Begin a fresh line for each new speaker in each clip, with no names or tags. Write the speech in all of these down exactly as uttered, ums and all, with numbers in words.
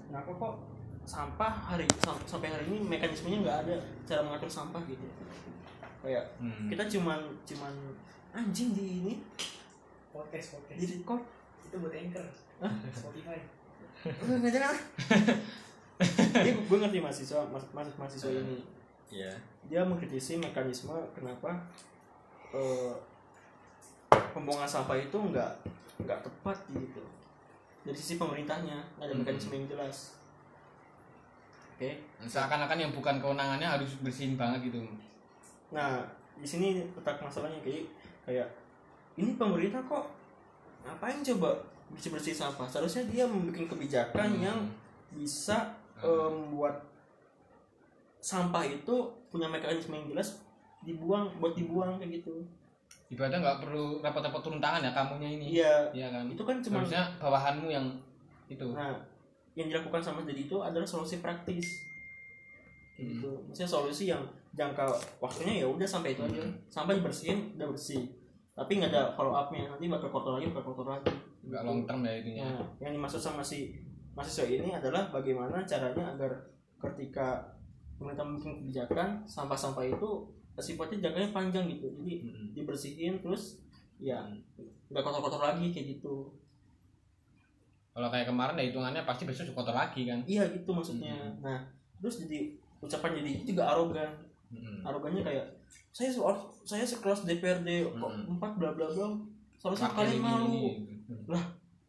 kenapa kok sampah hari sampai hari ini mekanismenya nggak ada cara mengatur sampah gitu. Kayak hmm. kita cuman cuman anjing di ini
podcast podcast
jadi kok
itu buat anchor Spotify
nggak jangan. Jadi gue ngerti mahasiswa mas, mas, mahasiswa ini
yeah.
Dia mengkritisi mekanisme kenapa uh, pembuangan sampah itu nggak nggak tepat gitu dari sisi pemerintahnya, nggak ada mekanisme yang jelas. Oke, okay.
Seakan-akan yang bukan kewenangannya harus bersihin banget gitu.
Nah, di sini letak masalahnya kayak kayak ini pemerintah kok ngapain coba bersih-bersih sampah? Seharusnya dia membuat kebijakan hmm. yang bisa hmm. membuat um, sampah itu punya mekanisme yang jelas dibuang buat dibuang kayak gitu.
Ibaratnya nggak perlu repot-repot turun tangan ya kamunya ini.
Iya.
Iya kan.
Itu kan cuma
harusnya bawahanmu yang itu.
Nah, yang dilakukan sama jadi itu adalah solusi praktis. Hmm. Gitu. Maksudnya solusi yang jangka waktunya ya udah sampai itu hmm. aja. Sampai bersihin udah bersih. Tapi nggak ada follow up-nya. Nanti bakal kotor lagi, bakal kotor lagi.
Nggak long term ya itunya.
Nah, yang dimaksud sama si mahasiswa ini adalah bagaimana caranya agar ketika pemerintah bikin kebijakan sampah-sampah itu sifatnya jangkanya panjang gitu, jadi mm-hmm. dibersihin terus ya nggak kotor-kotor lagi kayak gitu.
Kalau kayak kemarin ya hitungannya pasti besok kotor lagi kan?
Iya gitu maksudnya. Mm-hmm. Nah terus jadi ucapan jadi itu juga arogan, mm-hmm. arogannya kayak saya soal saya sekelas D P R D kok mm-hmm. empat bla bla bla, seharusnya kalian malu lah.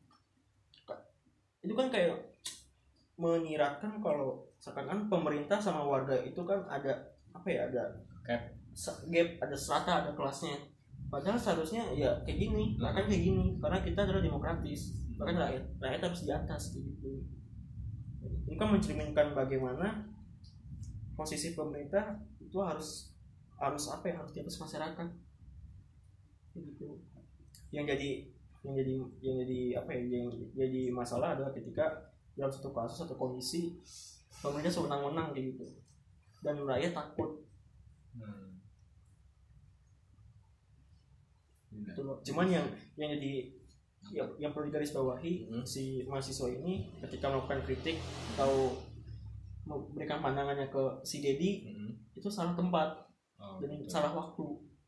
Itu kan kayak menyiratkan kalau seakan-akan pemerintah sama warga itu kan ada apa ya, ada
kayak
gap, ada strata, ada kelasnya. Padahal seharusnya ya kayak gini, bahkan kayak gini, karena kita adalah demokratis, bahkan rakyat rakyat harus di atas gitu. Ini kan mencerminkan bagaimana posisi pemerintah itu harus harus apa ya, harus di atas masyarakat gitu. Yang jadi yang jadi yang jadi apa ya, yang jadi masalah adalah ketika dalam satu kasus atau kondisi pemerintah sewenang-wenang kayak gitu dan rakyat takut. Hmm. Gitu loh. Cuman yang yang jadi yang, yang perlu digarisbawahi hmm. si mahasiswa ini ketika melakukan kritik atau memberikan pandangannya ke si Dedi hmm. itu salah tempat oh, dan betul. Salah waktu.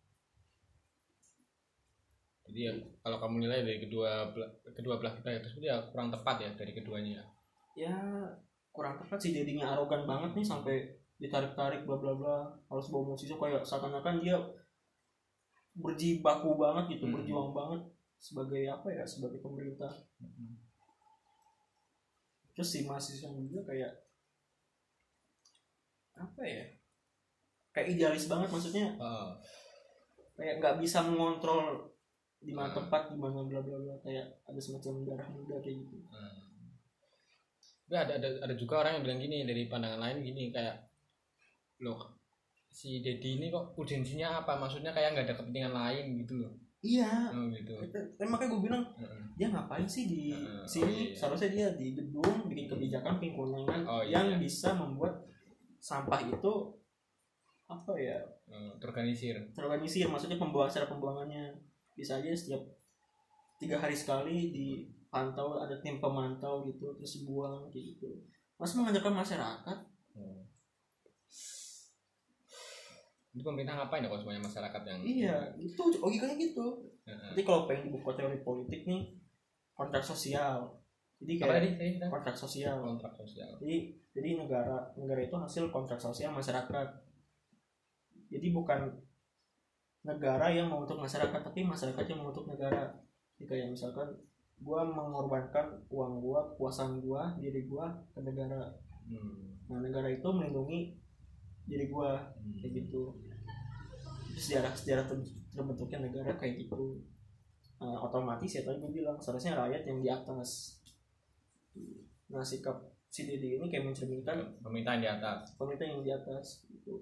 Jadi ya kalau kamu nilai dari kedua kedua belah kita ya terus dia kurang tepat ya dari keduanya.
Ya kurang tepat, si Dedinya arogan banget nih sampai ditarik-tarik bla bla bla, harus bawa mahasiswa kayak seakan-akan dia berjibaku banget gitu, hmm. berjuang banget sebagai apa ya, sebagai pemerintah. Hmm. Terus si mahasiswa juga kayak apa ya, kayak idealis banget maksudnya, uh. kayak nggak bisa mengontrol di mana uh. tempat, di mana bla bla bla, kayak ada semacam darah muda kayak gitu.
Uh. Tapi ada ada ada juga orang yang bilang gini dari pandangan lain gini kayak, loh si Dedi ini kok urgensinya apa? Maksudnya kayak nggak ada kepentingan lain gitu loh.
Iya.
Oh, gitu.
Tapi makanya gue bilang uh-uh. dia ngapain sih di uh, sini? Oh, iya. Seharusnya dia di gedung bikin kebijakan, bikin kewenangan oh, iya. yang bisa membuat sampah itu apa ya?
Uh, terorganisir.
Terorganisir. Maksudnya pembuangan, cara pembuangannya bisa aja setiap tiga hari sekali dipantau, ada tim pemantau gitu, terus buang gitu. Mas mengajarkan masyarakat. Hmm.
Itu pemerintah ngapain ya kalau semuanya masyarakat yang
iya itu logikanya gitu. Jadi uh-huh. kalau pengen dibuka teori politik nih, kontrak sosial, jadi kayak
tadi,
kontrak sosial
kontrak sosial
jadi jadi negara negara itu hasil kontrak sosial masyarakat. Jadi bukan negara yang membentuk masyarakat, tapi masyarakat yang membentuk negara. Jadi kayak misalkan gua mengorbankan uang gua, kekuasaan gua, diri gua ke negara. hmm. Nah negara itu melindungi diri gua hmm. kayak gitu. Sejarah sejarah terbentuknya negara kayak gitu. Nah, otomatis ya tadi gue bilang seharusnya rakyat yang di atas. Nah sikap si Dedi ini kayak mencerminkan
pemerintah yang di atas.
Pemerintah yang di atas gitu.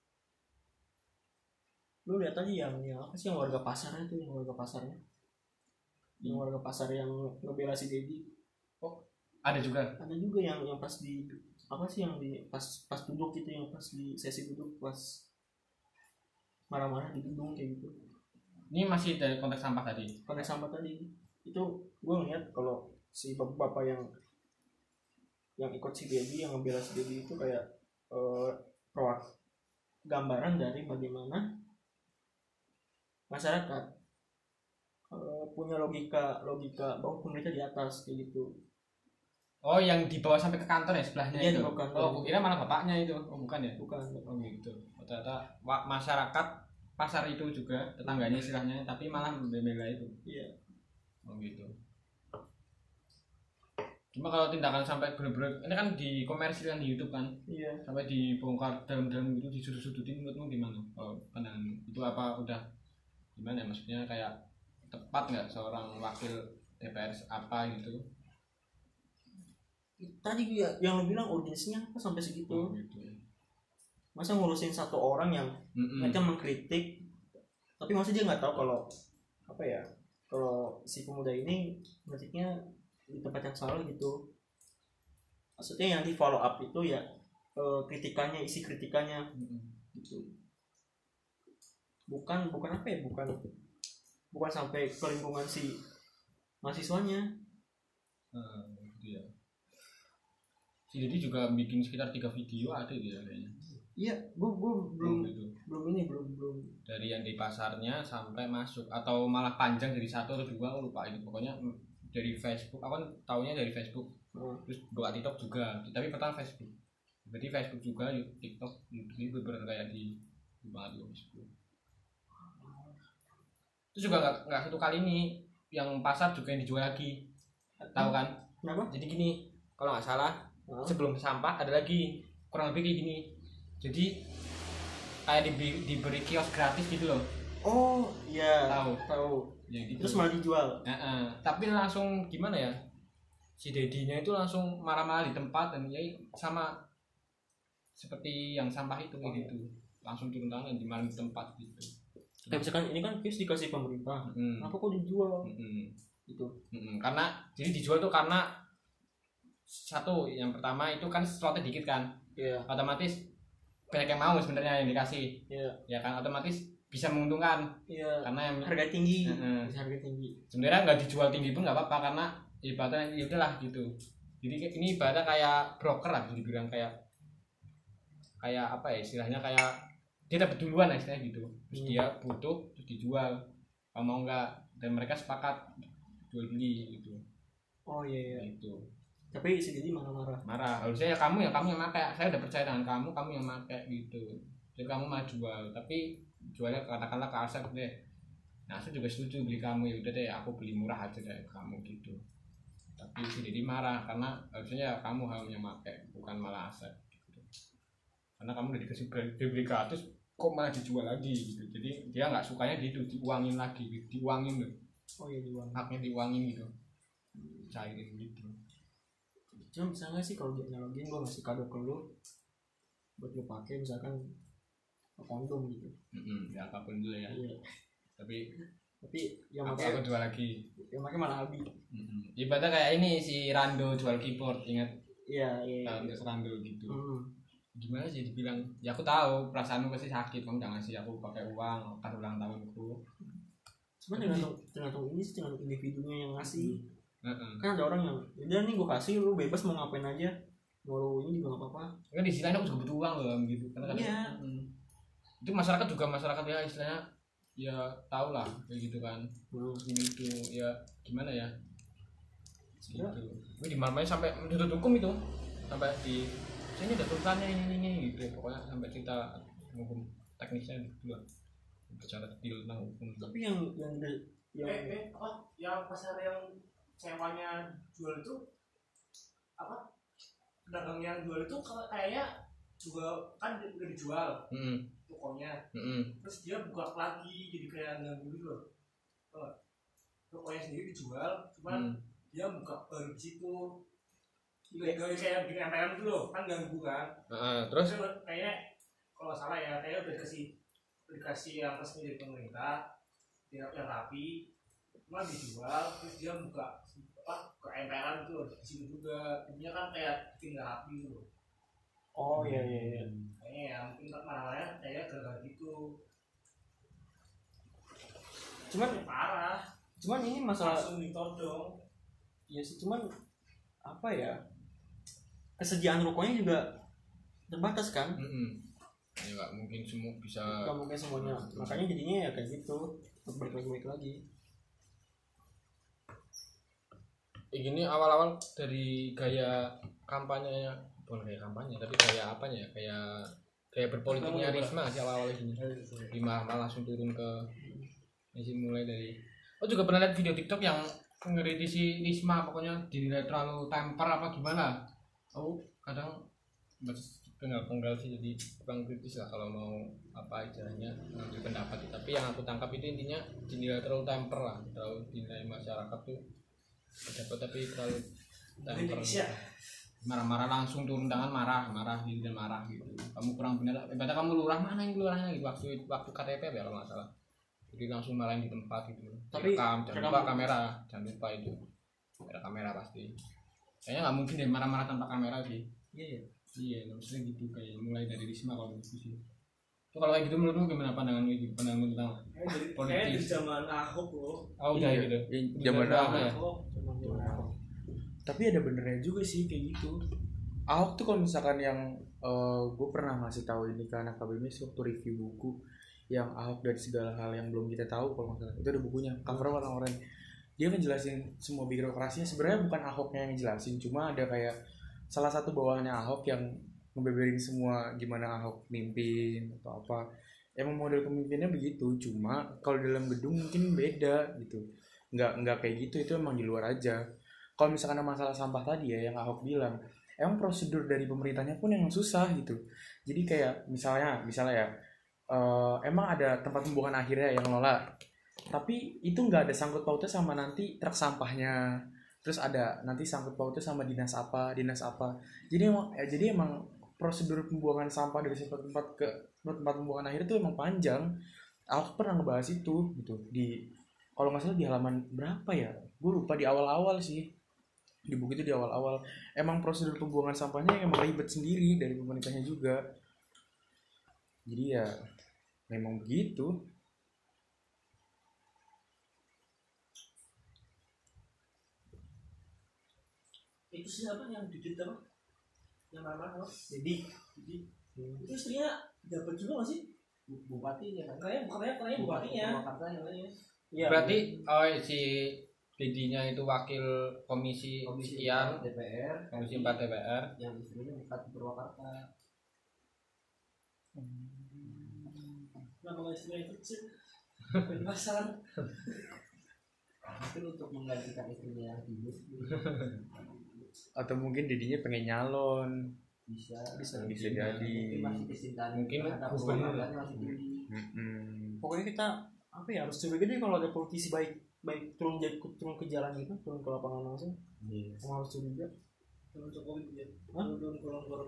Lu lihat aja yang yang apa sih, yang warga pasarnya itu, yang warga pasarnya, hmm. yang warga pasar yang ngebela si Dedi.
Oh ada juga.
Ada juga yang yang pas di apa sih yang di pas pas duduk gitu, yang pas di sesi duduk pas marah-marah di gedung kayak gitu.
Ini masih dari konteks sampah tadi.
Konteks sampah tadi itu gue ngeliat kalau si bapak-bapak yang yang ikut si Dedi, yang ngebela si Dedi itu kayak uh, proak gambaran dari bagaimana masyarakat uh, punya logika logika bahwa pemerintah di atas kayak gitu.
Oh, yang dibawa sampai ke kantor ya sebelahnya
Iya,
itu.
dibawa ke kantor.
Oh, aku kira malah bapaknya itu. Oh, bukan ya?
Bukan.
Oh gitu. Oh, ternyata wa- masyarakat pasar itu juga tetangganya istilahnya, tapi malah membela itu.
Iya.
Oh gitu. Cuma kalau tindakan sampai bener-bener ini kan di komersil kan di YouTube kan,
Iya.
sampai dibongkar dalam-dalam gitu, disudut-sudutin, menurutmu gimana? Kalau pandangan itu apa udah gimana? Maksudnya kayak tepat nggak seorang wakil D P R apa gitu?
Tadi ya, yang lo bilang urgensinya apa sampai segitu?
Oh, gitu.
Masa ngurusin satu orang yang
Mm-mm.
mereka mengkritik, tapi maksudnya dia nggak tahu kalau apa ya, kalau si pemuda ini kritiknya di tempat yang salah gitu. Maksudnya yang di follow up itu ya eh, kritikannya, isi kritikannya gitu. Bukan bukan apa ya, bukan bukan sampai ke lingkungan si mahasiswanya.
Uh, gitu ya. Si Dedi juga bikin sekitar tiga video ada dia kayaknya.
Iya, gua gua belum
Oh, gitu.
belum ini belum belum
Dari yang di pasarnya sampai masuk atau malah panjang dari satu atau dua aku lupa itu. Pokoknya dari Facebook, aku kan taunya dari Facebook.
oh.
Terus buka TikTok juga, tapi pertama Facebook. Berarti Facebook juga, TikTok, YouTube ini bener kayak di di banget di Facebook. Itu juga nggak nggak satu kali ini, yang pasar juga yang dijual lagi, tahu kan?
Kenapa?
Jadi gini, kalau nggak salah
Oh.
sebelum sampah ada lagi kurang lebih kayak gini. Jadi kayak diberi, diberi kios gratis gitu loh.
Oh iya,
Tahu.
tahu.
Ya gitu.
Terus malah dijual.
Ya, eh, tapi langsung gimana ya? Si Dedinya itu langsung marah-marah di tempat dan ya sama seperti yang sampah itu kayak gitu. Langsung turun tangan di malam di tempat gitu.
Kayak misalkan ini kan kios dikasih pemerintah,
Hmm.
kenapa kok dijual?
Hmm.
Gitu.
Hmm. Karena jadi dijual tuh karena satu yang pertama itu kan slotnya dikit kan,
Iya.
otomatis banyak yang mau sebenarnya yang dikasih.
Iya.
Ya kan otomatis bisa menguntungkan
Iya.
karena yang
Harga tinggi.
Heeh.
Bisa harga tinggi.
sebenarnya nggak dijual tinggi pun nggak apa-apa karena ibaratnya ya udahlah gitu. Jadi kayak- ini ibaratnya kayak broker lah bisa dibilang, kayak kayak apa ya istilahnya, kayak dia dapat duluan lah istilahnya gitu. Terus
Hmm.
dia butuh terus dijual, kalau mau nggak, dan mereka sepakat jual beli gitu.
Oh iya iya.
Gitu.
Tapi si Dedi marah-marah.
Marah, harusnya ya kamu ya kamu yang pakai, saya udah percaya dengan kamu, kamu yang pakai gitu. Jadi kamu mau jual, tapi jualnya katakanlah ke Asep deh. Nah, Asep juga setuju beli kamu, ya udah deh aku beli murah aja deh kamu gitu. Tapi si Dedi marah karena harusnya ya kamu yang pakai, bukan malah Asep gitu. Karena kamu udah dikasih beli gratis kok malah dijual lagi gitu. Jadi dia nggak sukanya di itu diuangin lagi, diuangin loh.
Oh iya diuang.
Haknya diuangin gitu. Cairin gitu.
Cuma misalnya sih kalau di analogiin gue ngasih kado ke lu buat lu pakai misalkan kondom gitu.
Mm-mm, ya apapun dulu ya.
Iya.
Tapi
Tapi yang
aku,
pakai
aku jual lagi.
yang pakai malah Abi.
Mm-mm. Ibaratnya kayak ini si Rando jual keyboard, ingat
Iya iya.
tahun
iya.
ke Rando gitu.
Hmm.
Gimana sih dibilang? Ya aku tahu perasaanmu pasti sakit, kamu jangan sih aku pakai uang kartu ulang tahunku.
Cuma tergantung tergantung ini sih, tergantung individunya yang ngasih.
Heeh.
Kan ada orang yang udah nih gue kasih lu bebas mau ngapain aja, mau lu ini juga nggak apa-apa.
Kan di sini aku juga butuh uang loh gitu. Karena kan
Iya.
mm. Itu masyarakat juga masyarakat ya istilahnya ya tau lah kayak gitu kan.
Hmm.
Ini itu ya gimana ya? Gitu.
Ya.
Gue dimarahin sampai menuntut hukum itu, sampai di sini ada tulisannya ini ini, ini gitu. Pokoknya sampai cerita hukum teknisnya gitu lah. Bicara detail tentang hukum.
Tapi yang yang yang
Eh, eh, apa? Yang pasar yang sewanya jual itu apa? Pedagang yang jual itu kalau kayaknya juga kan udah dijual
Mm-mm.
tokonya,
Mm-mm.
terus dia buka lagi jadi kayak ganggu gitu loh. Tau nggak? Tokonya sendiri dijual, cuman
Mm.
dia buka baru di situ. Kayak kayak bikin M L M gitu loh, kan ganggu kan.
Uh, terus
Terus kayaknya kalau nggak salah ya, kayaknya udah dikasih udah dikasih yang resmi dari pemerintah, yang, yang rapi, cuma dijual, terus dia buka apa ke emperan gitu loh, di situ juga, intinya kan kayak bikin nggak rapi gitu loh.
oh iya iya iya.
Kayaknya ya mungkin mana-mana kayaknya gara-gara gitu.
Cuman
Parah,
cuman ini masalah
langsung ditodong.
ya sih, cuman apa ya, kesediaan rukonya juga terbatas kan.
Mm-mm. Ya nggak mungkin semua bisa.
Nggak mungkin semuanya. Makanya jadinya ya kayak gitu. Balik lagi balik lagi.
Ini awal-awal dari gaya kampanye, bukan gaya kampanye tapi gaya apanya ya, kayak kayak berpolitiknya Risma sih awal-awal gini. Risma malah langsung turun ke ini mulai dari. Oh juga pernah lihat video TikTok yang ngeritisi Risma pokoknya dinilai terlalu temper apa gimana? Oh kadang penggal-penggal sih jadi kurang kritis lah kalau mau apa istilahnya ngambil pendapat. Tapi yang aku tangkap itu intinya dinilai terlalu temper lah, terlalu dinilai masyarakat tuh pendapat tapi terlalu temper. Marah-marah langsung turun tangan marah marah gitu dan marah gitu. Kamu kurang benar. Ibaratnya kamu lurah mana yang lurahnya gitu waktu waktu K T P ya kalau nggak salah. Jadi langsung marahin di tempat gitu. Tapi rekam, jangan lupa kamera, jangan lupa itu ada kamera pasti. Kayaknya nggak mungkin deh marah-marah tanpa kamera sih.
Iya.
Iya, maksudnya gitu kayak mulai dari Risma kalau gitu sih. So, kalau kayak gitu menurutmu gimana pandangan gitu, pandangan tentang
politik? Kayak di zaman Ahok loh.
Oh udah
iya,
gitu.
Zaman Ahok
ya.
Tapi ada benernya juga sih kayak gitu. Ahok tuh kalau misalkan yang uh, gue pernah ngasih tahu ini ke anak K B M I S waktu review buku yang Ahok dari segala hal yang belum kita tahu kalau nggak salah. Itu ada bukunya, cover warna oranye. Dia kan jelasin semua birokrasinya. Sebenarnya bukan Ahoknya yang jelasin, cuma ada kayak salah satu bawahannya Ahok yang ngebeberin semua gimana Ahok mimpin atau apa. Emang model pemimpinnya begitu, cuma kalau dalam gedung mungkin beda gitu. Nggak nggak kayak gitu, itu emang di luar aja. Kalau misalkan ada masalah sampah tadi ya yang Ahok bilang, emang prosedur dari pemerintahnya pun yang susah gitu. Jadi kayak misalnya misalnya ya uh, emang ada tempat pembuangan akhirnya yang ngelola, tapi itu nggak ada sangkut pautnya sama nanti truk sampahnya. Terus ada nanti sangkut pautnya sama dinas apa, dinas apa. Jadi emang ya, jadi emang prosedur pembuangan sampah dari satu tempat ke tempat pembuangan akhir itu emang panjang. Aku pernah ngebahas itu gitu di kalau nggak salah di halaman berapa ya? Gue lupa, di awal-awal sih. Di buku itu di awal-awal. Emang prosedur pembuangan sampahnya emang ribet sendiri dari pemerintahnya juga. Jadi ya memang begitu.
Itu siapa yang jujur apa? Yang marah apa? Jadi, jadi itu istrinya dapat juga nggak sih?
Bupatinya kan?
Kayaknya bukannya kayaknya bupatinya.
Iya.
Berarti oh si Dedinya itu wakil komisi,
Komisi
sekian
D P R,
komisi empat D P R
yang istrinya Bupati Purwakarta.
Nah kalau istrinya itu sih di pasar.
Mungkin untuk menggantikan istrinya yang dulu.
Atau mungkin Dedinya pengen nyalon.
Bisa
bisa bisa jadi
mungkin masih kesintaan
mungkin
gubernur masih tinggi.
Mm-mm.
Pokoknya kita apa ya harus coba gede kalau ada politisi baik baik turun turun ke jalan gitu, turun ke lapangan langsung.
Iya.
Yes. Harus curiga.
Turun Jokowi ya.
Hah?
Turun kolong-kolong.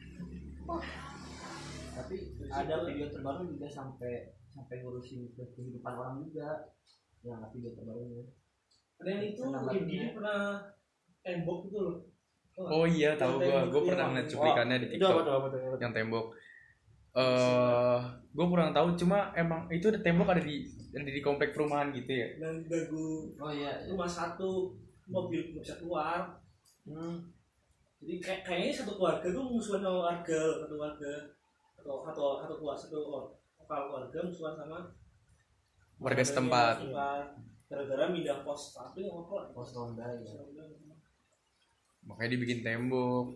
Tapi ada video terbaru juga sampai sampai ngurusin kehidupan orang juga. Yang video terbarunya.
Ada yang itu dia pernah tembok gitu loh.
Oh iya, tahu gua. Gua pernah ngeliat cuplikannya di TikTok.
Itu apa, apa, apa, apa.
Yang tembok. Eh, uh, gua kurang tahu, cuma emang itu ada tembok ada di ada di komplek perumahan gitu ya.
Dan dagu
Oh iya,
rumah satu mobil nggak bisa keluar.
Hmm.
Jadi kayak kayaknya satu keluarga tuh musuhan sama warga, satu warga atau atau satu keluarga satu lokal keluarga musuhan sama
Warga setempat.
Gara-gara pindah pos satu yang apa?
Pos ronda ya.
Makanya dibikin tembok.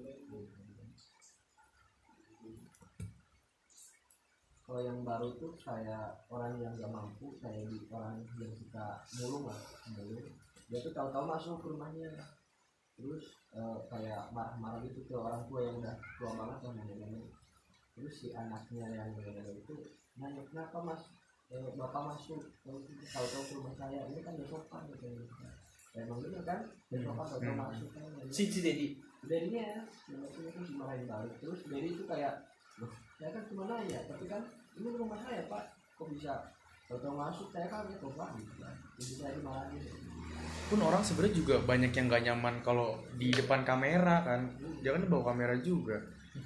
Kalau yang baru tuh kayak orang yang gak mampu, kayak di orang yang suka mulung lah, mulung. Dia tuh tahu-tahu masuk ke rumahnya, terus uh, kayak marah-marah gitu ke orang tua yang udah tua banget kan nenek-nenek. Terus si anaknya yang nenek itu nanya, kenapa mas eh, bapak masuk? Tahu-tahu ke rumah saya, ini kan gak sopan gitu. Ya, emang bener kan? Gak sopan tahu-tahu
Hmm.
masuk kan?
Si si Dedi.
Dedinya, Dedinya tuh dimarahin balik. Terus Dedi itu kayak, loh, saya kan cuma nanya, tapi kan ini rumah saya pak, kok bisa tahu-tahu masuk, saya kan ya pak gitu kan. Jadi saya dimarahin.
Pun orang sebenarnya juga banyak yang gak nyaman kalau di depan kamera kan. Jangan bawa kamera juga.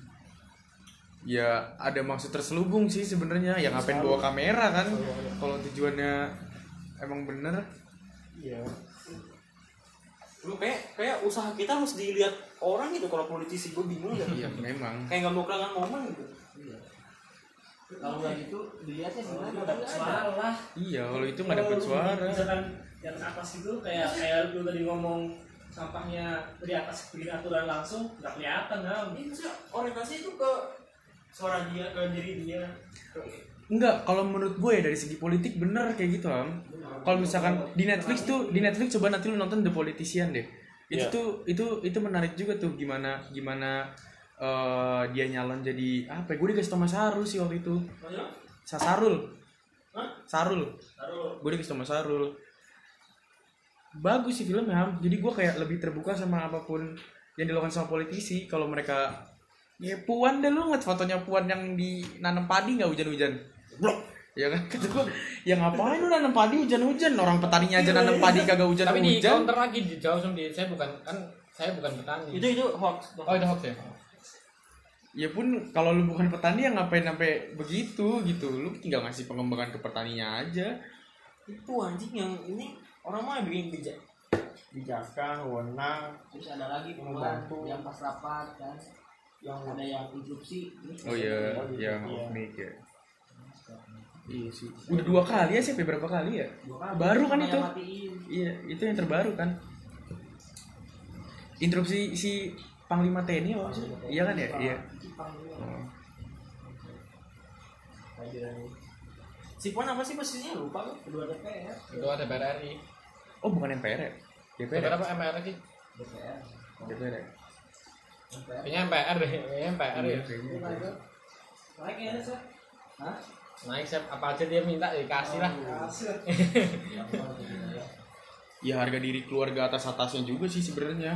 Ya ada maksud terselubung sih sebenarnya. Yang ngapain bawa kamera kan? Kalau tujuannya emang bener.
Iya. lu kayak kayak usaha kita harus dilihat orang gitu kalau politisi, gue bingung ya.
Iya memang.
Kayak nggak mau kehilangan momen gitu.
Iya. Kalau nggak gitu dilihatnya gimana?
Nggak dapet suara
lah.
Iya kalau itu nggak dapet suara.
Misalkan yang atas itu kayak kayak lu tadi ngomong sampahnya dari atas bikin aturan langsung nggak kelihatan kan?
Ini maksudnya orientasi itu ke suara dia, ke diri dia.
Enggak, kalau menurut gue ya dari segi politik bener kayak gitu Am. Kalau misalkan di Netflix tuh, di Netflix coba nanti lu nonton The Politician deh. Itu
Yeah.
tuh itu itu menarik juga tuh gimana gimana uh, dia nyalon jadi apa? Ya? Gue dikasih tau Mas Sarul sih waktu itu. Sasarul.
Hah?
Sarul.
Taruh.
Gue dikasih tau Mas Sarul. Bagus sih filmnya Am. Jadi gue kayak lebih terbuka sama apapun yang dilakukan sama politisi. Kalau mereka ya Puan deh, lu ngeliat fotonya Puan yang di nanam padi nggak hujan-hujan. Blok. Ya kan kata gue, ya ngapain lu nanam padi hujan-hujan, orang petaninya aja nanam padi kagak
Tapi di
hujan-hujan.
counter lagi dijawab sama dia, saya bukan kan saya bukan petani.
Itu itu hoax.
Oh itu hoax ya.
Ya pun kalau lu bukan petani ya ngapain sampai begitu gitu. Lu tinggal ngasih pengembangan ke petaninya aja.
Itu anjing yang ini orang mah bikin bijak bijakan, wewenang,
Terus ada lagi
Membantu.
yang pas rapat kan, yang ada yang interupsi.
Oh iya,
Oh, gitu.
yang
Iya.
off-mic ya. Iya sih. Udah dua kali ya sih, berapa kali ya? Baru kan itu. Iya, itu yang terbaru kan. Interupsi si Panglima T N I apa sih? Iya kan ya? Iya. Oh.
Si Puan apa sih posisinya lupa gue.
Kedua D P R.
Itu ada D P R R I.
Oh, bukan M P R ya? D P R.
D P R
ya?
apa M R sih?
D P R.
D P R. ya?
Kayaknya M P R deh, kayaknya M P R ya.
Iya, kayaknya.
Naiknya ada sih. Hah?
Naik siap apa aja dia minta dikasih lah.
Hasil.
Ya harga diri keluarga atas-atasnya juga sih sebenarnya.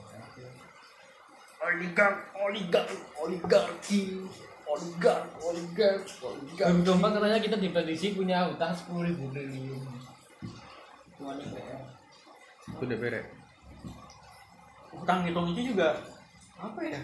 Oligark, oligark, oligarki, oligark, oligark, oligark.
dua ribu dua puluh empat katanya kita diprediksi punya utang sepuluh ribu triliun.
Kedua D P R.
Itu D P R. ya?
Utang hitung itu juga apa ya?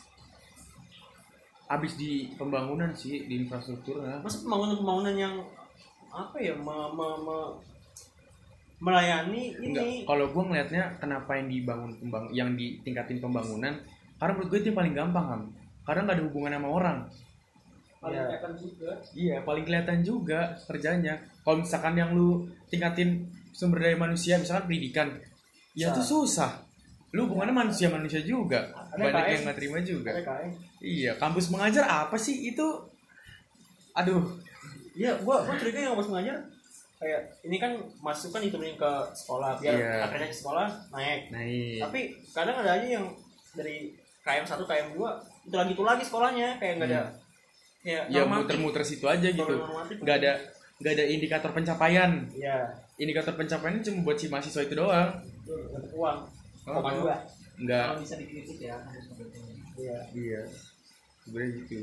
Abis di pembangunan sih, di infrastruktur ya.
Masa pembangunan-pembangunan yang apa ya? Me, me, me- melayani
Enggak,
ini.
kalau gue ngelihatnya kenapa yang dibangun pembang, yang ditingkatin pembangunan, karena menurut gue itu yang paling gampang kan, karena nggak ada hubungan sama orang.
Paling
Iya.
kelihatan juga.
Iya, paling kelihatan juga kerjanya. Kalau misalkan yang lu tingkatin sumber daya manusia, misalkan pendidikan, ya itu susah. Lu hubungannya manusia-manusia juga,
Ada
banyak
K M.
yang nggak terima juga.
Ada K M.
Iya, kampus mengajar apa sih itu? Aduh,
Iya, gua gua curiga yang pas mengajar kayak ini kan masuk kan diturunin ke sekolah biar
Iya.
akreditasi sekolah naik.
naik.
Tapi kadang ada aja yang dari K M satu K M dua itu lagi itu lagi sekolahnya kayak nggak ada kayak
Ya
normatif.
muter-muter situ aja gitu.
Normatif.
Nggak ada nggak ada indikator pencapaian.
Iya,
Indikator pencapaian cuma buat si mahasiswa itu doang.
dapat uang.
Oh,
Koma dua.
Nggak.
Kalau bisa dikritik ya harus seperti ini.
Iya.
Iya. Sebenarnya gitu.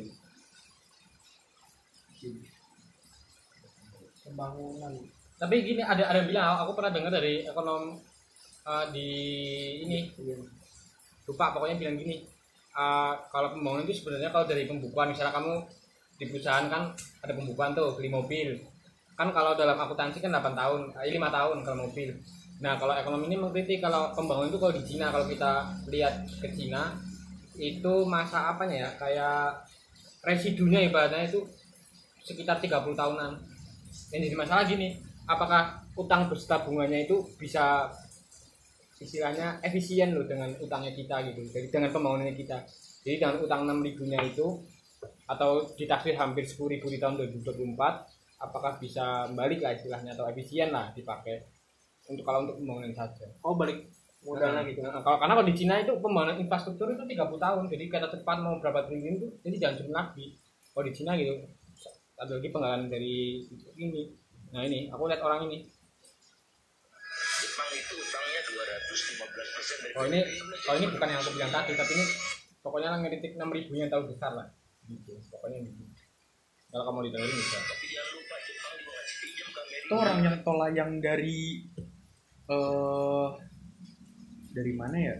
Pembangunan.
Tapi gini ada ada yang bilang aku pernah dengar dari ekonom uh, di ini
Iya.
lupa pokoknya bilang gini uh, kalau pembangunan itu sebenarnya kalau dari pembukuan misalnya kamu di perusahaan kan ada pembukuan tuh beli mobil kan kalau dalam akuntansi kan delapan tahun eh, lima tahun kalau mobil. Nah kalau ekonomi ini mengkritik kalau pembangunan itu kalau di Cina kalau kita lihat ke Cina itu masa apanya ya kayak residunya ibaratnya itu sekitar tiga puluh tahunan. Yang jadi masalah gini, apakah utang beserta bunganya itu bisa istilahnya efisien loh dengan utangnya kita gitu. Jadi dengan pembangunannya kita. Jadi dengan utang enam ribunya itu atau ditaksir hampir sepuluh ribu di tahun dua ribu dua puluh empat, apakah bisa balik lah istilahnya atau efisien lah dipakai untuk kalau untuk pembangunan saja.
Oh, balik modalnya
Nah,
gitu.
nah, kalau karena kalau di Cina itu pembangunan infrastruktur itu tiga puluh tahun. Jadi kata cepat mau berapa triliun itu jadi jangan turun lagi. Kalau di Cina gitu ada lagi penggalan dari ini. Nah ini aku lihat orang ini.
Jepang itu utangnya dua ratus lima belas persen dari
Oh ini kalau ini bukan yang aku bilang tadi tapi ini pokoknya lah ngeritik enam ribu yang tahu besar lah. Gitu. Pokoknya gitu. Kalau kamu didengerin bisa.
Tapi jangan lupa Jepang juga ngasih pinjam ke Amerika.
Itu orang yang tol yang dari eh dari mana ya?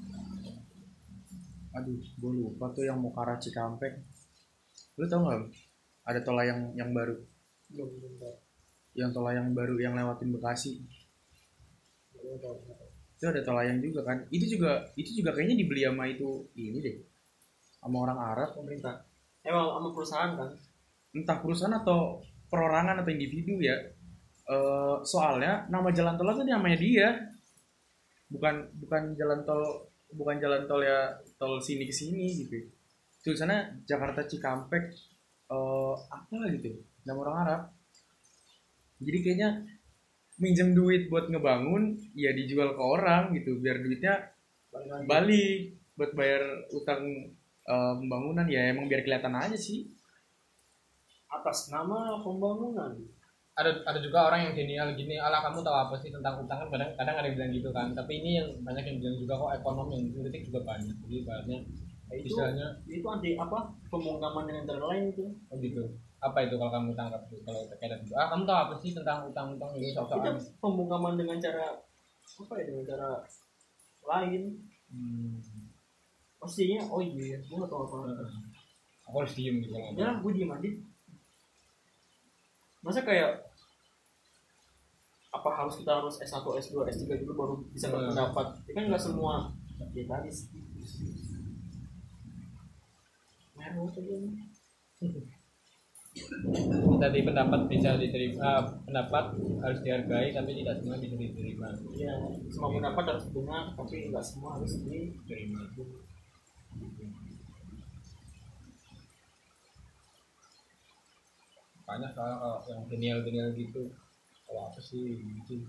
Aduh, gue lupa tuh yang mau ke arah Cikampek. Lu tau nggak? Ada tol yang yang baru.
Belum, belum tahu.
Yang tol yang baru yang lewatin Bekasi.
Belum tahu.
Itu Itu ada tol layang juga kan. Itu juga itu juga kayaknya dibeli sama itu ini deh. Sama orang Arab,
pemerintah. Emang sama perusahaan kan?
entah perusahaan atau perorangan atau individu ya. Eh, soalnya nama jalan tol itu namanya dia. Bukan bukan jalan tol bukan jalan tol ya tol sini ke sini gitu. Tulisannya Jakarta Cikampek eh apa gitu. Nama orang Arab. Jadi kayaknya minjem duit buat ngebangun ya dijual ke orang gitu biar duitnya balik buat bayar utang uh, pembangunan ya emang biar kelihatan aja sih.
Atas nama pembangunan.
Ada ada juga orang yang genial gini, ala kamu tahu apa sih tentang utang kan kadang kadang ada yang bilang gitu kan, tapi ini yang banyak yang bilang juga kok ekonomi yang kritik juga banyak, jadi banyak
itu
misalnya
itu anti apa pembungkaman dengan cara lain itu.
oh gitu. Apa itu kalau kamu tangkap itu kalau terkait itu? Ah kamu tahu apa sih tentang utang-utang itu
Itu
soal-soal?
pembungkaman dengan cara apa ya dengan cara lain.
Hmm.
Pastinya oh iya gue gak tau apa.
Aku harus diem gitu kalau
Ya gue diem aja. Masa kayak apa harus kita harus S satu, S dua, S tiga dulu baru bisa
Hmm.
berpendapat? Ya kan nggak semua ya tadi sih. Merah saja.
tadi pendapat bisa diterima, ah, pendapat harus dihargai tapi tidak semua bisa diterima.
Ya semua pendapat harus didengar tapi nggak semua harus diterima.
Banyak soal kalau yang genial-genial gitu. Kalau apa sih gitu.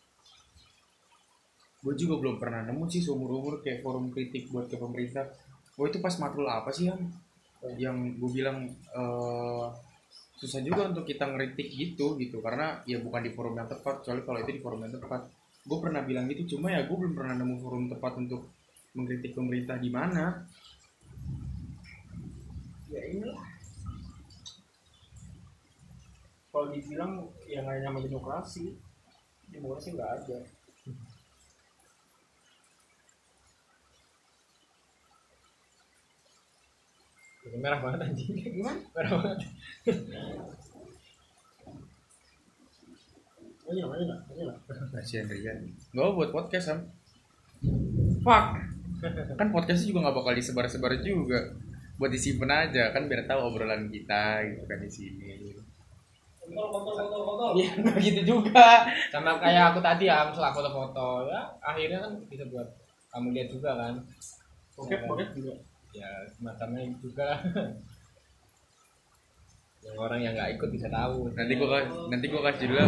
Gue juga belum pernah nemu sih seumur-umur kayak forum kritik buat ke pemerintah. Oh itu pas matkul apa sih yang yang gue bilang eh, susah juga untuk kita ngeritik gitu gitu karena ya bukan di forum yang tepat kecuali kalau itu di forum yang tepat. Gue pernah bilang gitu cuma ya gue belum pernah nemu forum tepat untuk mengkritik pemerintah di mana.
Ya inilah. Kalau dibilang yang nggak namanya demokrasi, demokrasi nggak ada.
Merah banget anjing.
Gimana?
Merah banget.
Aja lah, aja lah, aja lah.
Kasihan Rian. Gak buat podcast Sam. Fuck. Kan podcastnya juga nggak bakal disebar-sebar juga. Buat disimpan aja kan biar tahu obrolan kita gitu kan di sini.
Kontol, kontol, kontol, kontol.
Iya, nggak gitu juga.
Sama kayak aku tadi ya, misalnya foto-foto ya, akhirnya kan bisa buat kamu lihat juga kan.
Oke, oke juga.
Ya semacamnya juga. Yang orang yang nggak ikut bisa tahu.
Nanti gua nanti gua kasih dulu.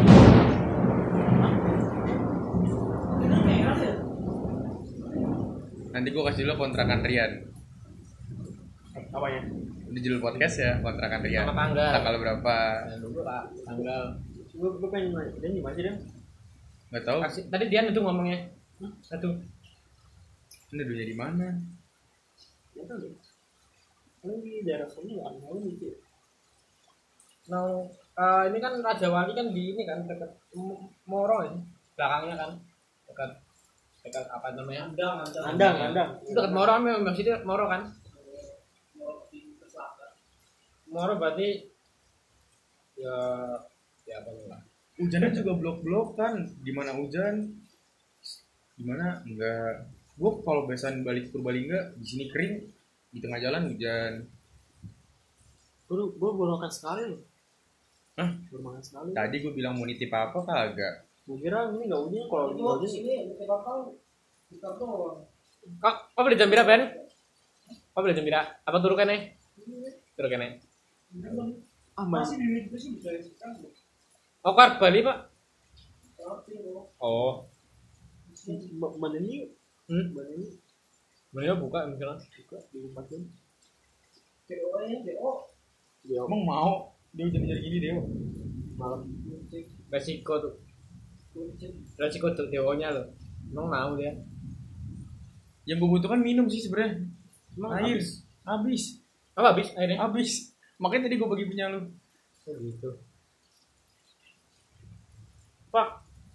Nanti gua kasih dulu kontrakan Rian.
Apanya?
Di judul podcast ya kontrakan Rian.
Sama tanggal.
Tanggal berapa?
Nah, dulu pak tanggal.
Gue gue pengen nanya, dia di mana sih dia?
Nggak tahu.
Kasih, tadi dia itu ngomongnya. Satu.
Ini dulunya di mana?
Ya kan deh. Kan di daerah sana nggak ada gitu.
Nah, uh, ini kan Raja Wali kan di ini kan dekat M- Moro ya, belakangnya kan dekat dekat apa namanya?
Andang, andang.
Andang, andang.
Itu dekat Moro, maksudnya Moro kan?
Mau di selatan.
Moro berarti ya ya apa lah?
Hujannya juga blok-blok kan. Gimana hujan? Gimana? Enggak. Gue kalau besan balik Purbalingga di sini kering, di tengah jalan hujan.
Gue gue baru makan sekali loh.
Hah?
Baru makan sekali.
Tadi gue bilang mau nitip apa kagak?
Gue kira ini nggak hujan kalau
Itu
nggak
di
hujan.
sini kita bakal kita doang.
Kak, apa beli jam berapa Ben? Apa beli jam berapa? Apa turu kene? Turu kene.
Ah mas.
Masih di mid sih bisa kan.
Oh, kar Bali pak?
Tapi lo
Oh,
Mana ini?
hmm?
Mana ini?
Mana buka misalnya?
Buka di tempat ini.
D O nya D O
Ya
Emang mau? Dia hujan-hujan gini deh.
malam.
Resiko tuh, resiko tuh D O-nya loh. Emang mau dia?
Yang gue butuhkan minum sih sebenarnya.
Emang
Air.
habis?
Habis.
Apa habis akhirnya?
Habis. Makanya tadi gue bagi punya lu.
Oh gitu. Pak.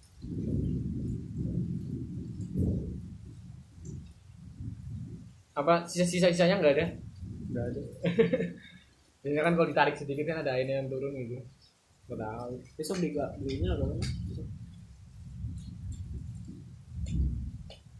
Apa sisa-sisa-sisanya nggak ada?
Nggak ada.
Biasanya kan kalau ditarik sedikit kan ada airnya yang turun gitu. Nggak tahu.
Besok beli gak belinya agak lama.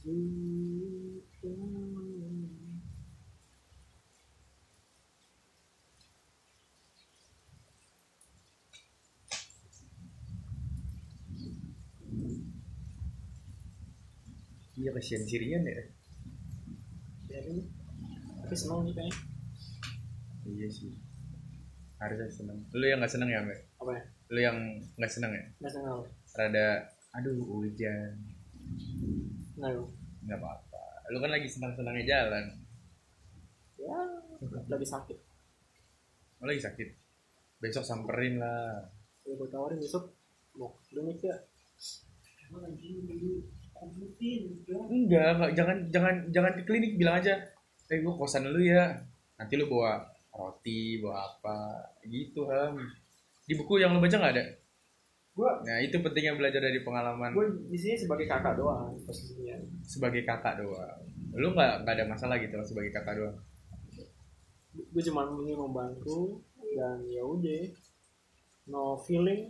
Iya kasihan si Rian ya.
Ya, ini. Tapi seneng sih kayaknya.
Iya sih. Harusnya seneng. Lu yang nggak seneng ya, Mbak?
Apa ya?
Lu yang nggak seneng ya?
Nggak seneng.
Rada, aduh hujan.
Nggak dong.
Nggak apa-apa. Lu kan lagi senang-senangnya jalan.
Ya, lagi sakit.
Lu lagi sakit. Besok samperin lah.
Ya gue tawarin besok mau klinik ya. Emang anjing dulu komputin
Enggak, enggak, jangan jangan jangan ke klinik, bilang aja, eh gue kosan dulu ya. Nanti lu bawa roti, bawa apa, gitu Ham. Di buku yang lu baca nggak ada?
Gua,
Nah itu pentingnya belajar dari pengalaman.
gue di sini sebagai kakak doang posisinya.
Sebagai kakak doang. Lu nggak nggak ada masalah gitu loh sebagai kakak doang.
Gue cuma ingin membantu dan ya udah, no feeling.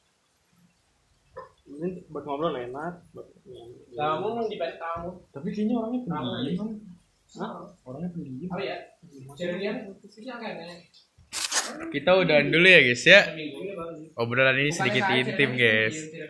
Ini buat ngobrol enak. Buat, ya,
Kamu di balik kamu.
Tapi kayaknya orangnya pendiam kan?
Hah?
Orangnya pendiam.
Oh ya. Jadinya sih angkanya.
Kita udahan dulu ya guys ya.
Seminggu ini baru.
Obrolan ini sedikit intim guys.